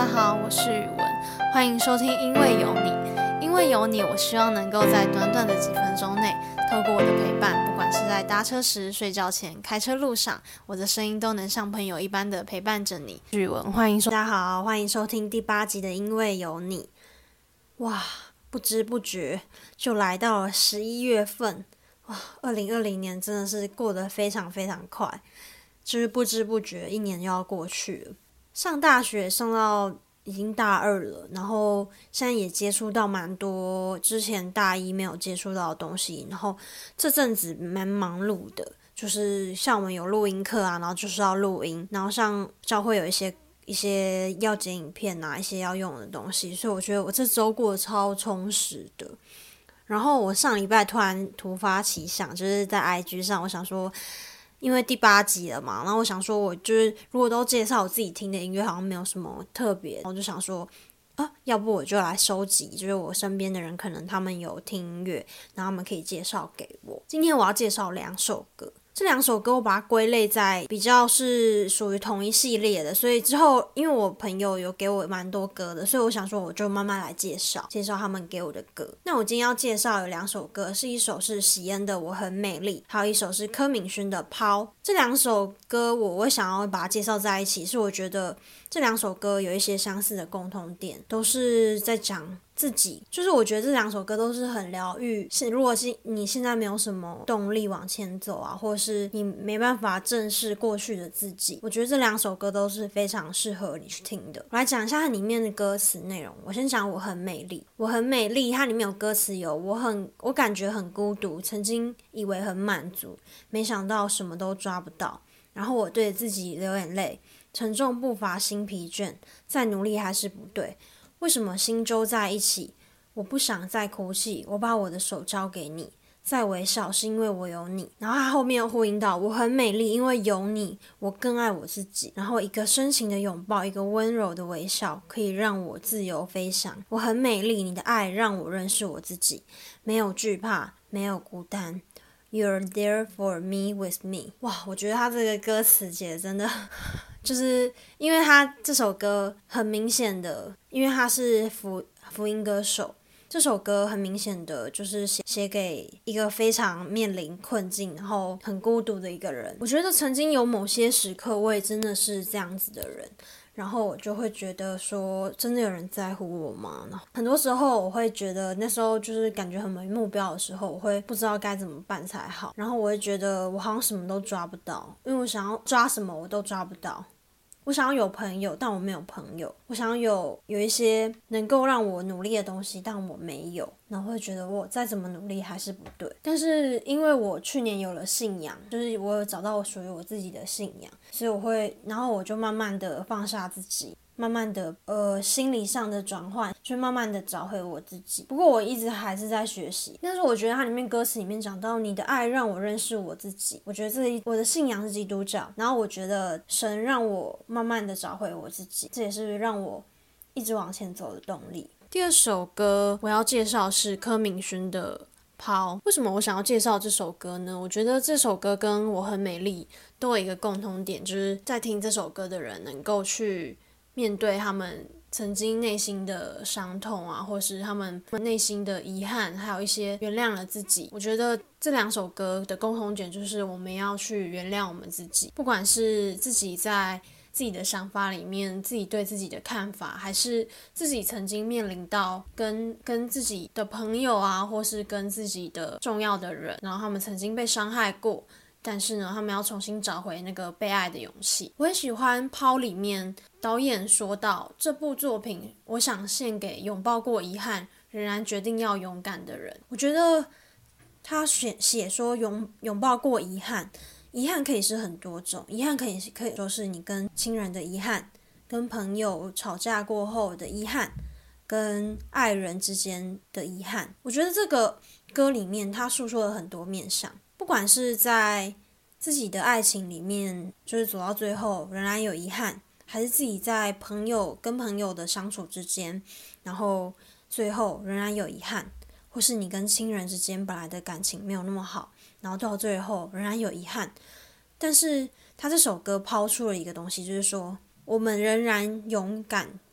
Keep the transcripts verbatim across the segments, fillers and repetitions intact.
家好，我是宇文，欢迎收听因为有你。因为有你，我希望能够在短短的几分钟内，透过我的陪伴，不管是在搭车时、睡觉前、开车路上，我的声音都能像朋友一般的陪伴着你。宇文，欢迎收大家好，欢迎收听第八集的因为有你。哇，不知不觉就来到了十一月份，哇，二零二零年真的是过得非常非常快，就是不知不觉一年又要过去了。上大学上到已经大二了，然后现在也接触到蛮多之前大一没有接触到的东西，然后这阵子蛮忙碌的，就是像我们有录音课啊，然后就是要录音，然后像教会有一些一些要剪影片啊，一些要用的东西，所以我觉得我这周过得超充实的。然后我上礼拜突然突发奇想，就是在 I G 上，我想说因为第八集了嘛，然后我想说我就是如果都介绍我自己听的音乐好像没有什么特别，我就想说啊，要不我就来收集，就是我身边的人可能他们有听音乐，然后他们可以介绍给我。今天我要介绍两首歌，这两首歌我把它归类在比较是属于同一系列的，所以之后因为我朋友有给我蛮多歌的，所以我想说我就慢慢来介绍介绍他们给我的歌。那我今天要介绍有两首歌，是一首是喜恩的我很美丽，还有一首是柯敏勋的抛。这两首歌我会想要把它介绍在一起，是我觉得这两首歌有一些相似的共同点，都是在讲自己，就是我觉得这两首歌都是很疗愈，是如果是你现在没有什么动力往前走啊，或是你没办法正视过去的自己，我觉得这两首歌都是非常适合你去听的。我来讲一下它里面的歌词内容。我先讲我很美丽，我很美丽，它里面有歌词有我很我感觉很孤独，曾经以为很满足，没想到什么都抓不到，然后我对自己流眼泪，沉重步伐心疲倦，再努力还是不对，为什么心揪在一起？我不想再哭泣，我把我的手交给你，再微笑是因为我有你。然后他后面又呼应到我很美丽，因为有你，我更爱我自己。然后一个深情的拥抱，一个温柔的微笑，可以让我自由飞翔。我很美丽，你的爱让我认识我自己，没有惧怕，没有孤单。You're there for me with me。 哇，我觉得他这个歌词写的真的就是因为他这首歌很明显的，因为他是福福音歌手，这首歌很明显的就是写写给一个非常面临困境然后很孤独的一个人。我觉得曾经有某些时刻我也真的是这样子的人，然后我就会觉得说真的有人在乎我吗？很多时候我会觉得那时候就是感觉很没目标的时候，我会不知道该怎么办才好，然后我会觉得我好像什么都抓不到，因为我想要抓什么我都抓不到。我想要有朋友，但我没有朋友。我想要有有一些能够让我努力的东西，但我没有。然后会觉得我再怎么努力还是不对。但是因为我去年有了信仰，就是我有找到我属于我自己的信仰，所以我会，然后我就慢慢的放下自己。慢慢的呃心理上的转换，就慢慢的找回我自己。不过我一直还是在学习，但是我觉得它里面歌词里面讲到你的爱让我认识我自己，我觉得这我的信仰是基督教，然后我觉得神让我慢慢的找回我自己，这也是让我一直往前走的动力。第二首歌我要介绍是柯敏勋的抛。为什么我想要介绍这首歌呢？我觉得这首歌跟我很美丽都有一个共同点，就是在听这首歌的人能够去面对他们曾经内心的伤痛啊，或是他们内心的遗憾，还有一些原谅了自己。我觉得这两首歌的共同点就是我们要去原谅我们自己，不管是自己在自己的想法里面，自己对自己的看法，还是自己曾经面临到跟跟自己的朋友啊，或是跟自己的重要的人，然后他们曾经被伤害过，但是呢他们要重新找回那个被爱的勇气。我很喜欢抛里面导演说到，这部作品我想献给拥抱过遗憾仍然决定要勇敢的人。我觉得他写写说拥拥抱过遗憾，遗憾可以是很多种，遗憾可以可以说是你跟亲人的遗憾，跟朋友吵架过后的遗憾，跟爱人之间的遗憾。我觉得这个歌里面他诉说了很多面向，不管是在自己的爱情里面就是走到最后仍然有遗憾，还是自己在朋友跟朋友的相处之间，然后最后仍然有遗憾，或是你跟亲人之间本来的感情没有那么好，然后到最后仍然有遗憾。但是他这首歌抛出了一个东西，就是说我们仍然勇敢，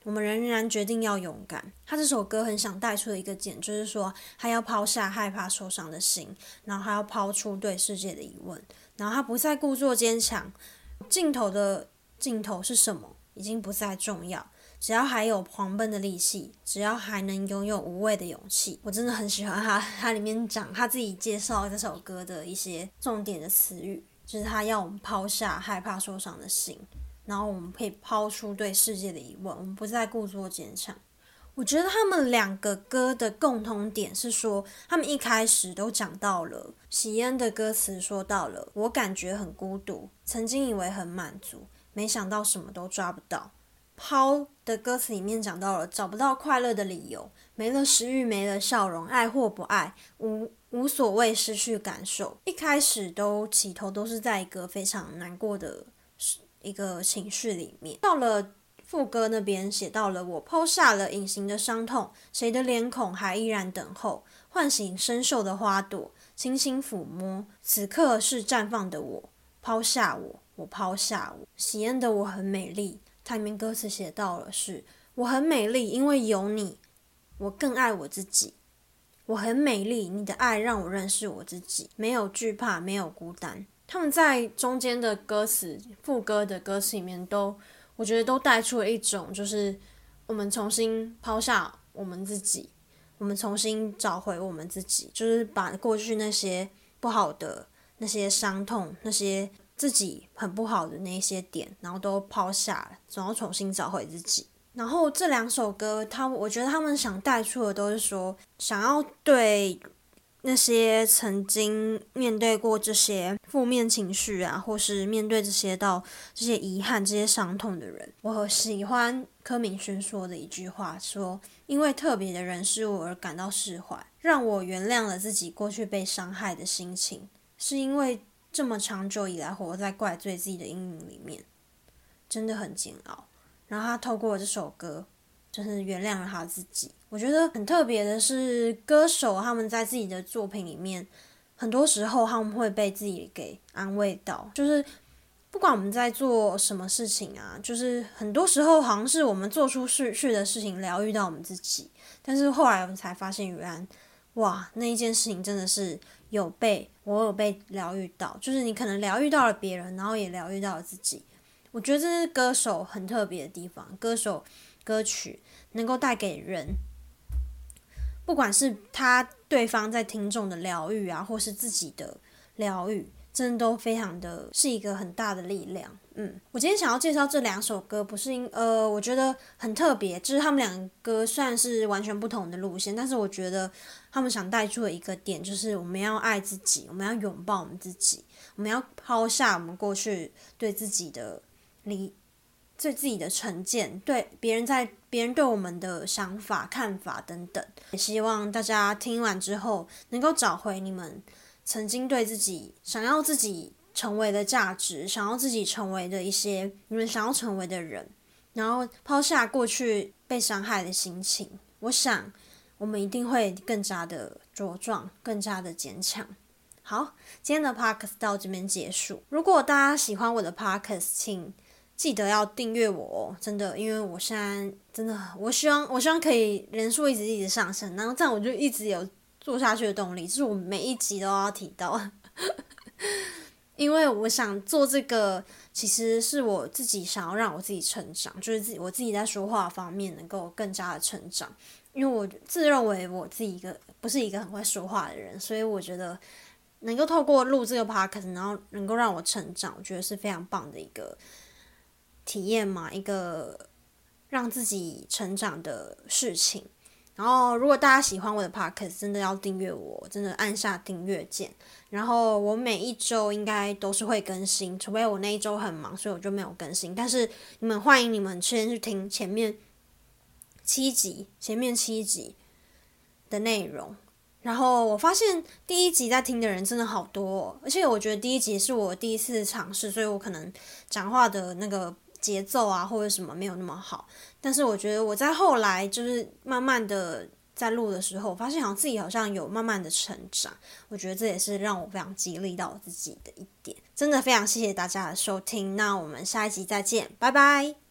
我们仍然决定要勇敢。他这首歌很想带出的一个点，就是说他要抛下害怕受伤的心，然后他要抛出对世界的疑问，然后他不再故作坚强。尽头的尽头是什么，已经不再重要。只要还有狂奔的力气，只要还能拥有无畏的勇气。我真的很喜欢他，他里面讲他自己介绍这首歌的一些重点的词语，就是他要我们抛下害怕受伤的心，然后我们可以抛出对世界的疑问，我们不再故作坚强。我觉得他们两个歌的共同点是说，他们一开始都讲到了喜恩的歌词，说到了我感觉很孤独，曾经以为很满足，没想到什么都抓不到。抛的歌词里面讲到了找不到快乐的理由，没了食欲，没了笑容，爱或不爱，无无所谓失去感受。一开始都起头都是在一个非常难过的一个情绪里面，到了副歌那边写到了我抛下了隐形的伤痛，谁的脸孔还依然等候，唤醒生锈的花朵，轻轻抚摸，此刻是绽放的我，抛下我，我抛下我。喜恩的我很美丽，它里面歌词写到了是我很美丽，因为有你，我更爱我自己。我很美丽，你的爱让我认识我自己，没有惧怕，没有孤单。他们在中间的歌词副歌的歌词里面都我觉得都带出了一种就是我们重新抛下我们自己，我们重新找回我们自己，就是把过去那些不好的那些伤痛，那些自己很不好的那些点，然后都抛下了，然后重新找回自己。然后这两首歌他我觉得他们想带出的都是说，想要对那些曾经面对过这些负面情绪啊，或是面对这些到这些遗憾这些伤痛的人。我喜欢柯敏轩说的一句话，说因为特别的人事物而感到释怀，让我原谅了自己过去被伤害的心情，是因为这么长久以来活在怪罪自己的阴影里面，真的很煎熬。然后他透过这首歌就是原谅了他自己。我觉得很特别的是，歌手他们在自己的作品里面，很多时候他们会被自己给安慰到，就是不管我们在做什么事情啊，就是很多时候好像是我们做出去的事情疗愈到我们自己，但是后来我们才发现，原来哇，那一件事情真的是有被我有被疗愈到，就是你可能疗愈到了别人，然后也疗愈到了自己。我觉得这是歌手很特别的地方，歌手歌曲能够带给人，不管是他对方在听众的疗愈啊，或是自己的疗愈，真的都非常的是一个很大的力量。嗯，我今天想要介绍这两首歌，不是因呃，我觉得很特别，就是他们两个歌算是完全不同的路线，但是我觉得他们想带出的一个点，就是我们要爱自己，我们要拥抱我们自己，我们要抛下我们过去对自己的理对自己的成见，对别人在别人对我们的想法看法等等，也希望大家听完之后能够找回你们曾经对自己想要自己成为的价值，想要自己成为的一些你们想要成为的人，然后抛下过去被伤害的心情，我想我们一定会更加的茁壮，更加的坚强。好，今天的 podcast 到这边结束。如果大家喜欢我的 podcast， 请记得要订阅我哦，真的，因为我现在真的，我希望我希望可以人数一直一直上升，然后这样我就一直有做下去的动力，就是我每一集都要提到，因为我想做这个，其实是我自己想要让我自己成长，就是自己我自己在说话方面能够更加的成长，因为我自认为我自己一个不是一个很会说话的人，所以我觉得能够透过录这个 podcast， 然后能够让我成长，我觉得是非常棒的一个体验嘛，一个让自己成长的事情。然后如果大家喜欢我的 podcast， 真的要订阅我，真的按下订阅键。然后我每一周应该都是会更新，除非我那一周很忙，所以我就没有更新。但是你们欢迎你们先去听前面七集，前面七集的内容。然后我发现第一集在听的人真的好多哦，而且我觉得第一集是我第一次尝试，所以我可能讲话的那个节奏啊或者什么没有那么好，但是我觉得我在后来就是慢慢的在录的时候，我发现好像自己好像有慢慢的成长，我觉得这也是让我非常激励到我自己的一点。真的非常谢谢大家的收听，那我们下一集再见，拜拜。